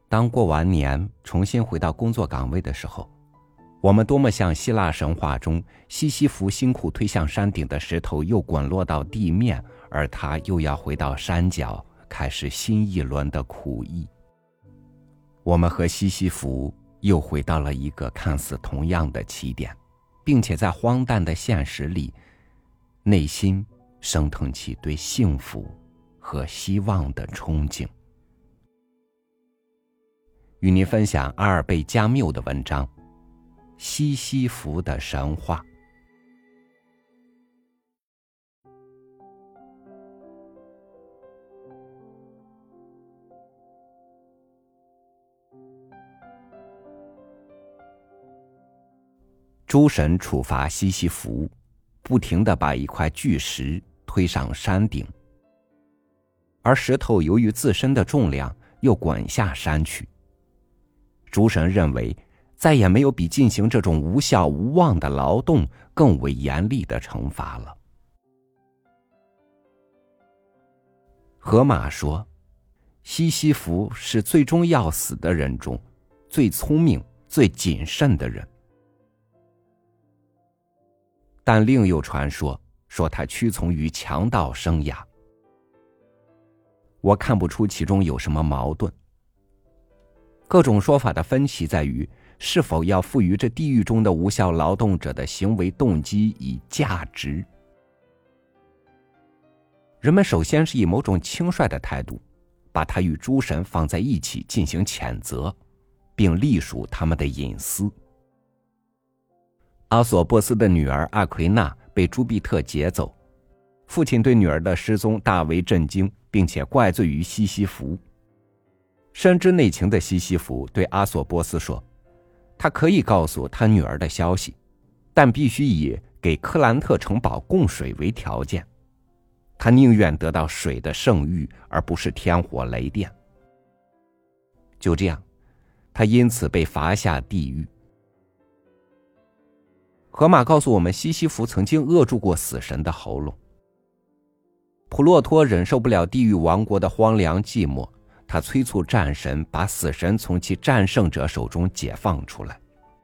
当过完年重新回到工作岗位的时候，我们多么像希腊神话中西西弗辛苦推向山顶的石头又滚落到地面，而他又要回到山脚开始新一轮的苦役。我们和西西弗又回到了一个看似同样的起点，并且在荒诞的现实里，内心升腾起对幸福和希望的憧憬。与您分享阿尔贝·加缪的文章《西西弗的神话》。诸神处罚西西弗，不停地把一块巨石推上山顶，而石头由于自身的重量又滚下山去。诸神认为再也没有比进行这种无效无望的劳动更为严厉的惩罚了。荷马说，西西弗是最终要死的人中最聪明最谨慎的人，但另有传说说他屈从于强盗生涯。我看不出其中有什么矛盾。各种说法的分歧在于是否要赋予这地狱中的无效劳动者的行为动机以价值。人们首先是以某种轻率的态度把他与诸神放在一起进行谴责，并隶属他们的隐私。阿索波斯的女儿阿奎娜被朱庇特劫走，父亲对女儿的失踪大为震惊，并且怪罪于西西弗。深知内情的西西弗对阿索波斯说，他可以告诉他女儿的消息，但必须以给克兰特城堡供水为条件。他宁愿得到水的圣谕，而不是天火雷电。就这样，他因此被罚下地狱。荷马告诉我们，西西弗曾经扼住过死神的喉咙。普洛托忍受不了地狱王国的荒凉寂寞，他催促战神把死神从其战胜者手中解放出来。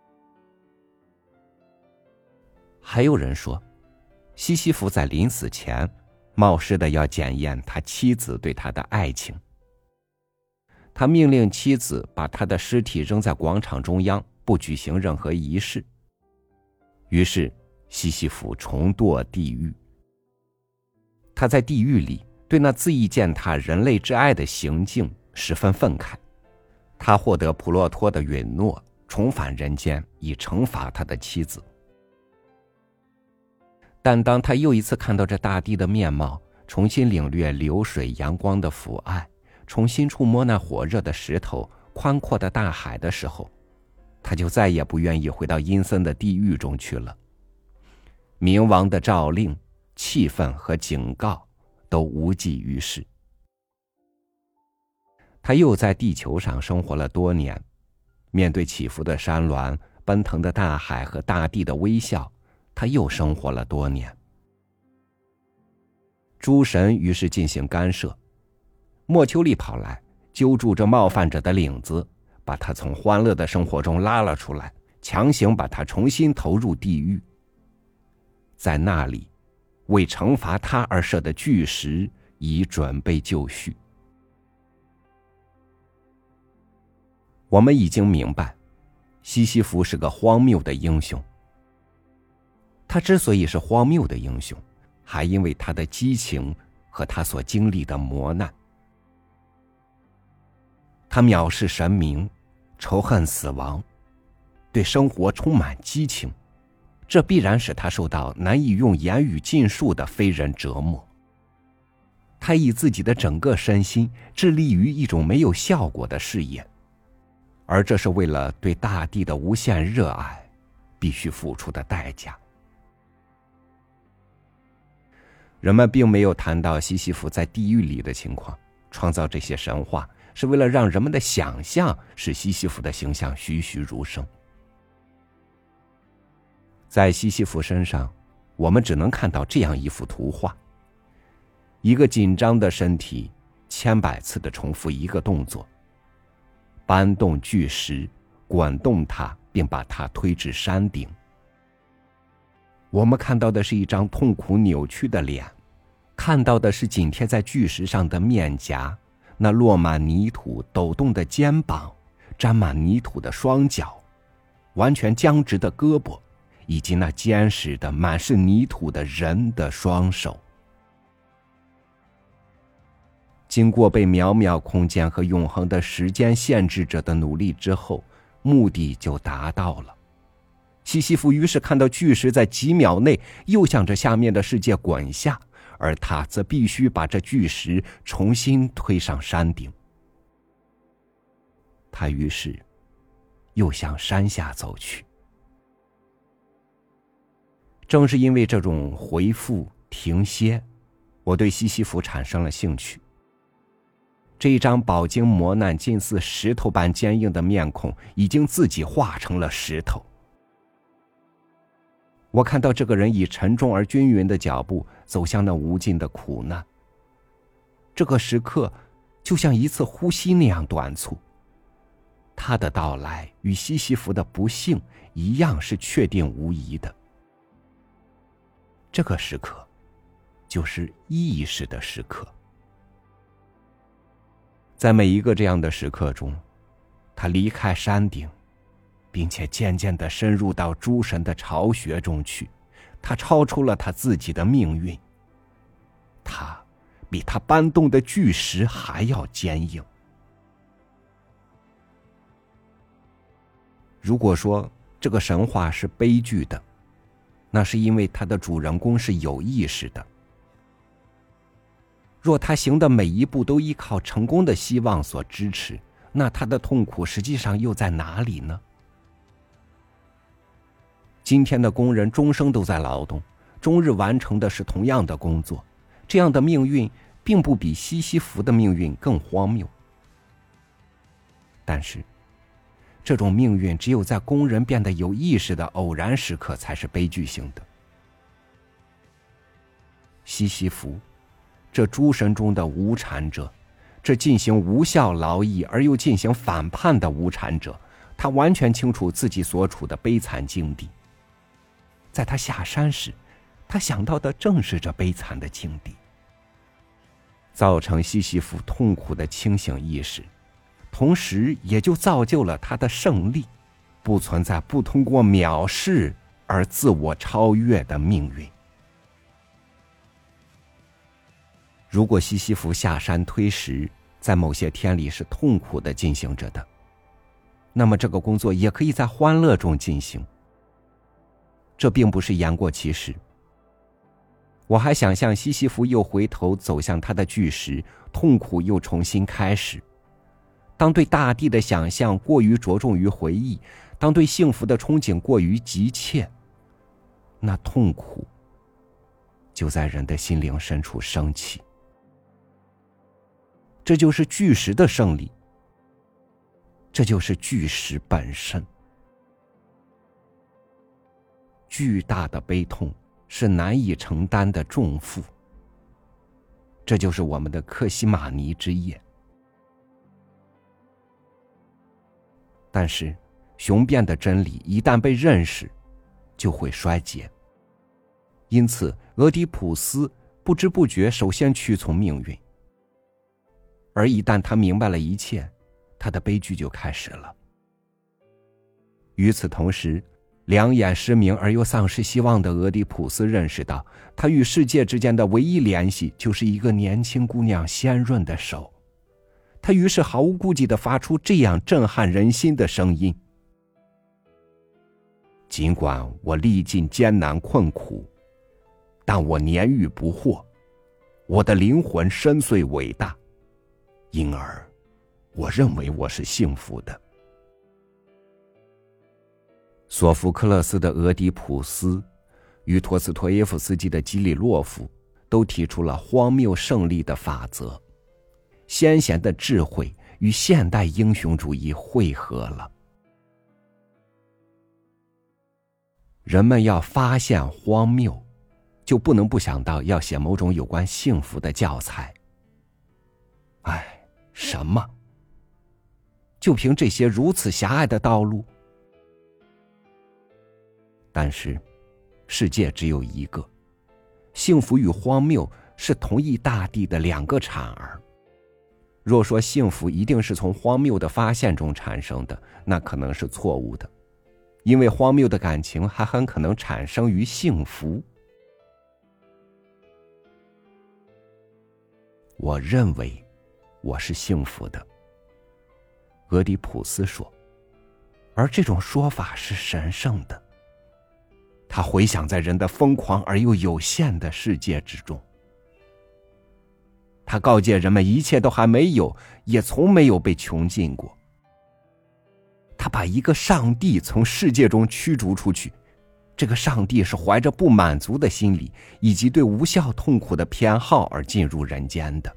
还有人说，西西弗在临死前冒失的要检验他妻子对他的爱情。他命令妻子把他的尸体扔在广场中央，不举行任何仪式。于是西西弗重堕地狱。他在地狱里对那恣意践踏人类之爱的行径十分愤慨，他获得普洛托的允诺，重返人间以惩罚他的妻子。但当他又一次看到这大地的面貌，重新领略流水阳光的抚爱，重新触摸那火热的石头、宽阔的大海的时候，他就再也不愿意回到阴森的地狱中去了。冥王的诏令、气愤和警告都无济于事。他又在地球上生活了多年，面对起伏的山峦、奔腾的大海和大地的微笑，他又生活了多年。诸神于是进行干涉，莫丘利跑来揪住这冒犯者的领子，把他从欢乐的生活中拉了出来，强行把他重新投入地狱。在那里，为惩罚他而设的巨石已准备就绪。我们已经明白，西西弗是个荒谬的英雄。他之所以是荒谬的英雄，还因为他的激情和他所经历的磨难。他藐视神明，仇恨死亡，对生活充满激情，这必然使他受到难以用言语尽述的非人折磨。他以自己的整个身心致力于一种没有效果的事业，而这是为了对大地的无限热爱必须付出的代价。人们并没有谈到西西弗在地狱里的情况，创造这些神话是为了让人们的想象使西西弗的形象栩栩如生。在西西弗身上，我们只能看到这样一幅图画：一个紧张的身体，千百次地重复一个动作， 搬动巨石，滚动它，并把它推至山顶。我们看到的是一张痛苦扭曲的脸，看到的是紧贴在巨石上的面颊，那落满泥土抖动的肩膀，沾满泥土的双脚，完全僵直的胳膊，以及那坚实的满是泥土的人的双手。经过被渺渺空间和永恒的时间限制着的努力之后，目的就达到了。西西弗于是看到巨石在几秒内又向着下面的世界滚下，而他则必须把这巨石重新推上山顶。他于是又向山下走去。正是因为这种回复停歇，我对西西弗产生了兴趣。这一张饱经磨难近似石头般坚硬的面孔已经自己化成了石头。我看到这个人以沉重而均匀的脚步走向那无尽的苦难。这个时刻就像一次呼吸那样短促。他的到来与西西弗的不幸一样是确定无疑的。这个时刻就是意识的时刻。在每一个这样的时刻中，他离开山顶，并且渐渐地深入到诸神的巢穴中去。他超出了他自己的命运，他比他搬动的巨石还要坚硬。如果说这个神话是悲剧的，那是因为他的主人公是有意识的。若他行的每一步都依靠成功的希望所支持，那他的痛苦实际上又在哪里呢？今天的工人终生都在劳动，终日完成的是同样的工作，这样的命运并不比西西弗的命运更荒谬。但是这种命运只有在工人变得有意识的偶然时刻才是悲剧性的。西西弗，这诸神中的无产者，这进行无效劳役而又进行反叛的无产者，他完全清楚自己所处的悲惨境地。在他下山时，他想到的正是这悲惨的境地。造成西西弗痛苦的清醒意识，同时也就造就了他的胜利，不存在不通过藐视而自我超越的命运。如果西西弗下山推石在某些天里是痛苦地进行着的，那么这个工作也可以在欢乐中进行。这并不是言过其实。我还想象西西弗又回头走向他的巨石，痛苦又重新开始。当对大地的想象过于着重于回忆，当对幸福的憧憬过于急切，那痛苦就在人的心灵深处升起。这就是巨石的胜利，这就是巨石本身。巨大的悲痛是难以承担的重负，这就是我们的克西玛尼之夜。但是雄辩的真理一旦被认识，就会衰竭。因此俄狄浦斯不知不觉首先屈从命运，而一旦他明白了一切，他的悲剧就开始了。与此同时，两眼失明而又丧失希望的俄狄浦斯认识到，他与世界之间的唯一联系就是一个年轻姑娘鲜润的手。他于是毫无顾忌地发出这样震撼人心的声音：尽管我历尽艰难困苦，但我年逾不惑，我的灵魂深邃伟大，因而我认为我是幸福的。索福克勒斯的俄狄浦斯与陀思妥耶夫斯基的基里洛夫都提出了荒谬胜利的法则，先贤的智慧与现代英雄主义汇合了。人们要发现荒谬，就不能不想到要写某种有关幸福的教材。什么？ 就凭这些如此狭隘的道路？但是世界只有一个，幸福与荒谬是同一大地的两个产儿。若说幸福一定是从荒谬的发现中产生的，那可能是错误的，因为荒谬的感情还很可能产生于幸福。我认为我是幸福的，俄狄浦斯说，而这种说法是神圣的。他回想在人的疯狂而又有限的世界之中，他告诫人们一切都还没有，也从没有被穷尽过。他把一个上帝从世界中驱逐出去，这个上帝是怀着不满足的心理以及对无效痛苦的偏好而进入人间的。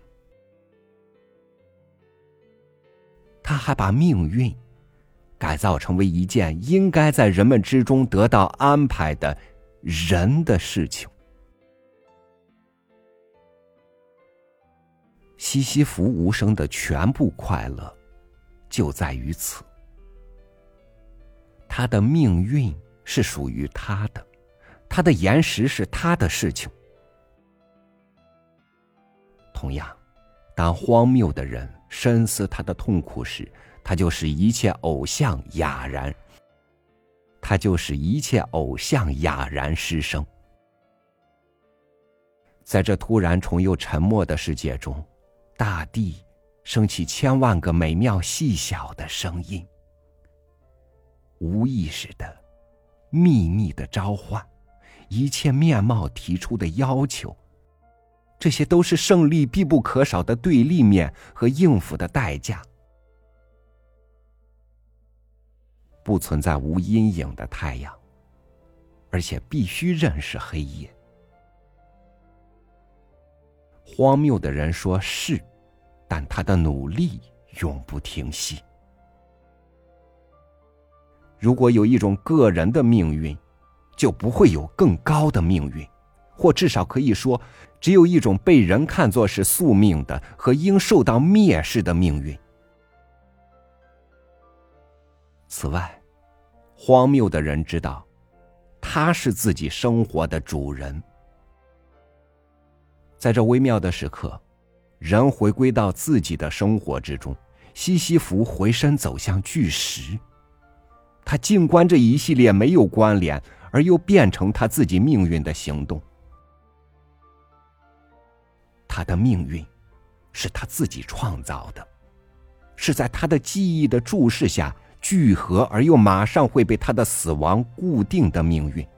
他还把命运改造成为一件应该在人们之中得到安排的人的事情。西西弗无声的全部快乐就在于此。他的命运是属于他的，他的岩石是他的事情。同样，当荒谬的人深思他的痛苦时，他就使一切偶像哑然，失声。在这突然重又沉默的世界中，大地升起千万个美妙细小的声音，无意识的秘密的召唤，一切面貌提出的要求，这些都是胜利必不可少的对立面和应付的代价。不存在无阴影的太阳，而且必须认识黑夜。荒谬的人说是，但他的努力永不停息。如果有一种个人的命运，就不会有更高的命运，或至少可以说，只有一种被人看作是宿命的和应受到蔑视的命运。此外，荒谬的人知道，他是自己生活的主人。在这微妙的时刻，人回归到自己的生活之中，西西弗回身走向巨石。他静观这一系列没有关联而又变成他自己命运的行动。他的命运是他自己创造的，是在他的记忆的注视下聚合而又马上会被他的死亡固定的命运。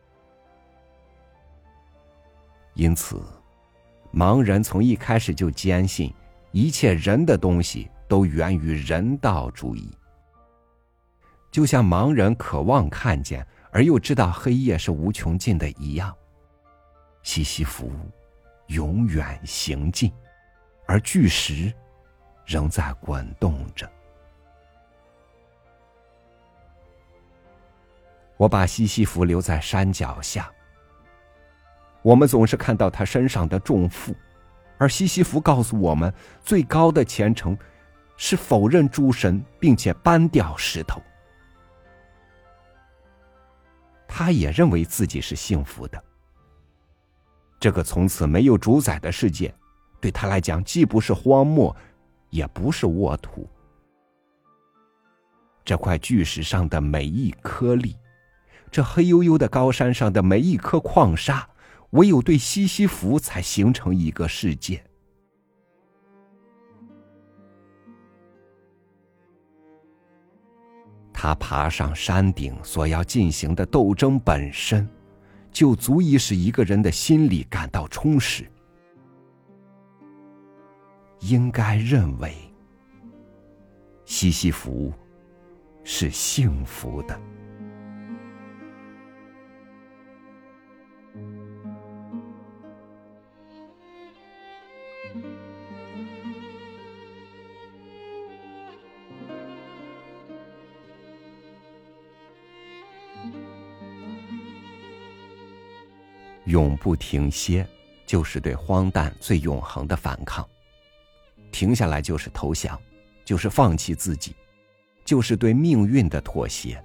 因此，盲人从一开始就坚信一切人的东西都源于人道主义，就像盲人渴望看见而又知道黑夜是无穷尽的一样。西西弗永远行进，而巨石仍在滚动着。我把西西弗留在山脚下，我们总是看到他身上的重负，而西西弗告诉我们，最高的虔诚是否认诸神，并且搬掉石头。他也认为自己是幸福的。这个从此没有主宰的世界，对他来讲既不是荒漠，也不是沃土。这块巨石上的每一颗粒，这黑黝黝的高山上的每一颗矿沙，唯有对西西弗才形成一个世界。他爬上山顶所要进行的斗争本身，就足以使一个人的心里感到充实。应该认为，西西弗是幸福的。永不停歇，就是对荒诞最永恒的反抗。停下来就是投降，就是放弃自己， 就是对命运的妥协。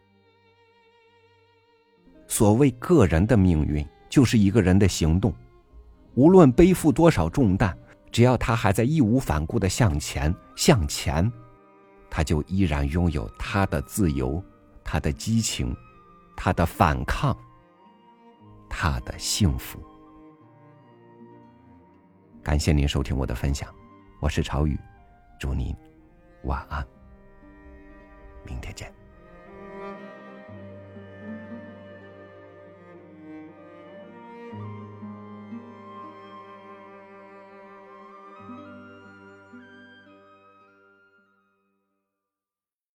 所谓个人的命运，就是一个人的行动，无论背负多少重担，只要他还在义无反顾地向前，他就依然拥有他的自由，他的激情，他的反抗，他的幸福。感谢您收听我的分享，我是朝雨，祝您晚安，明天见。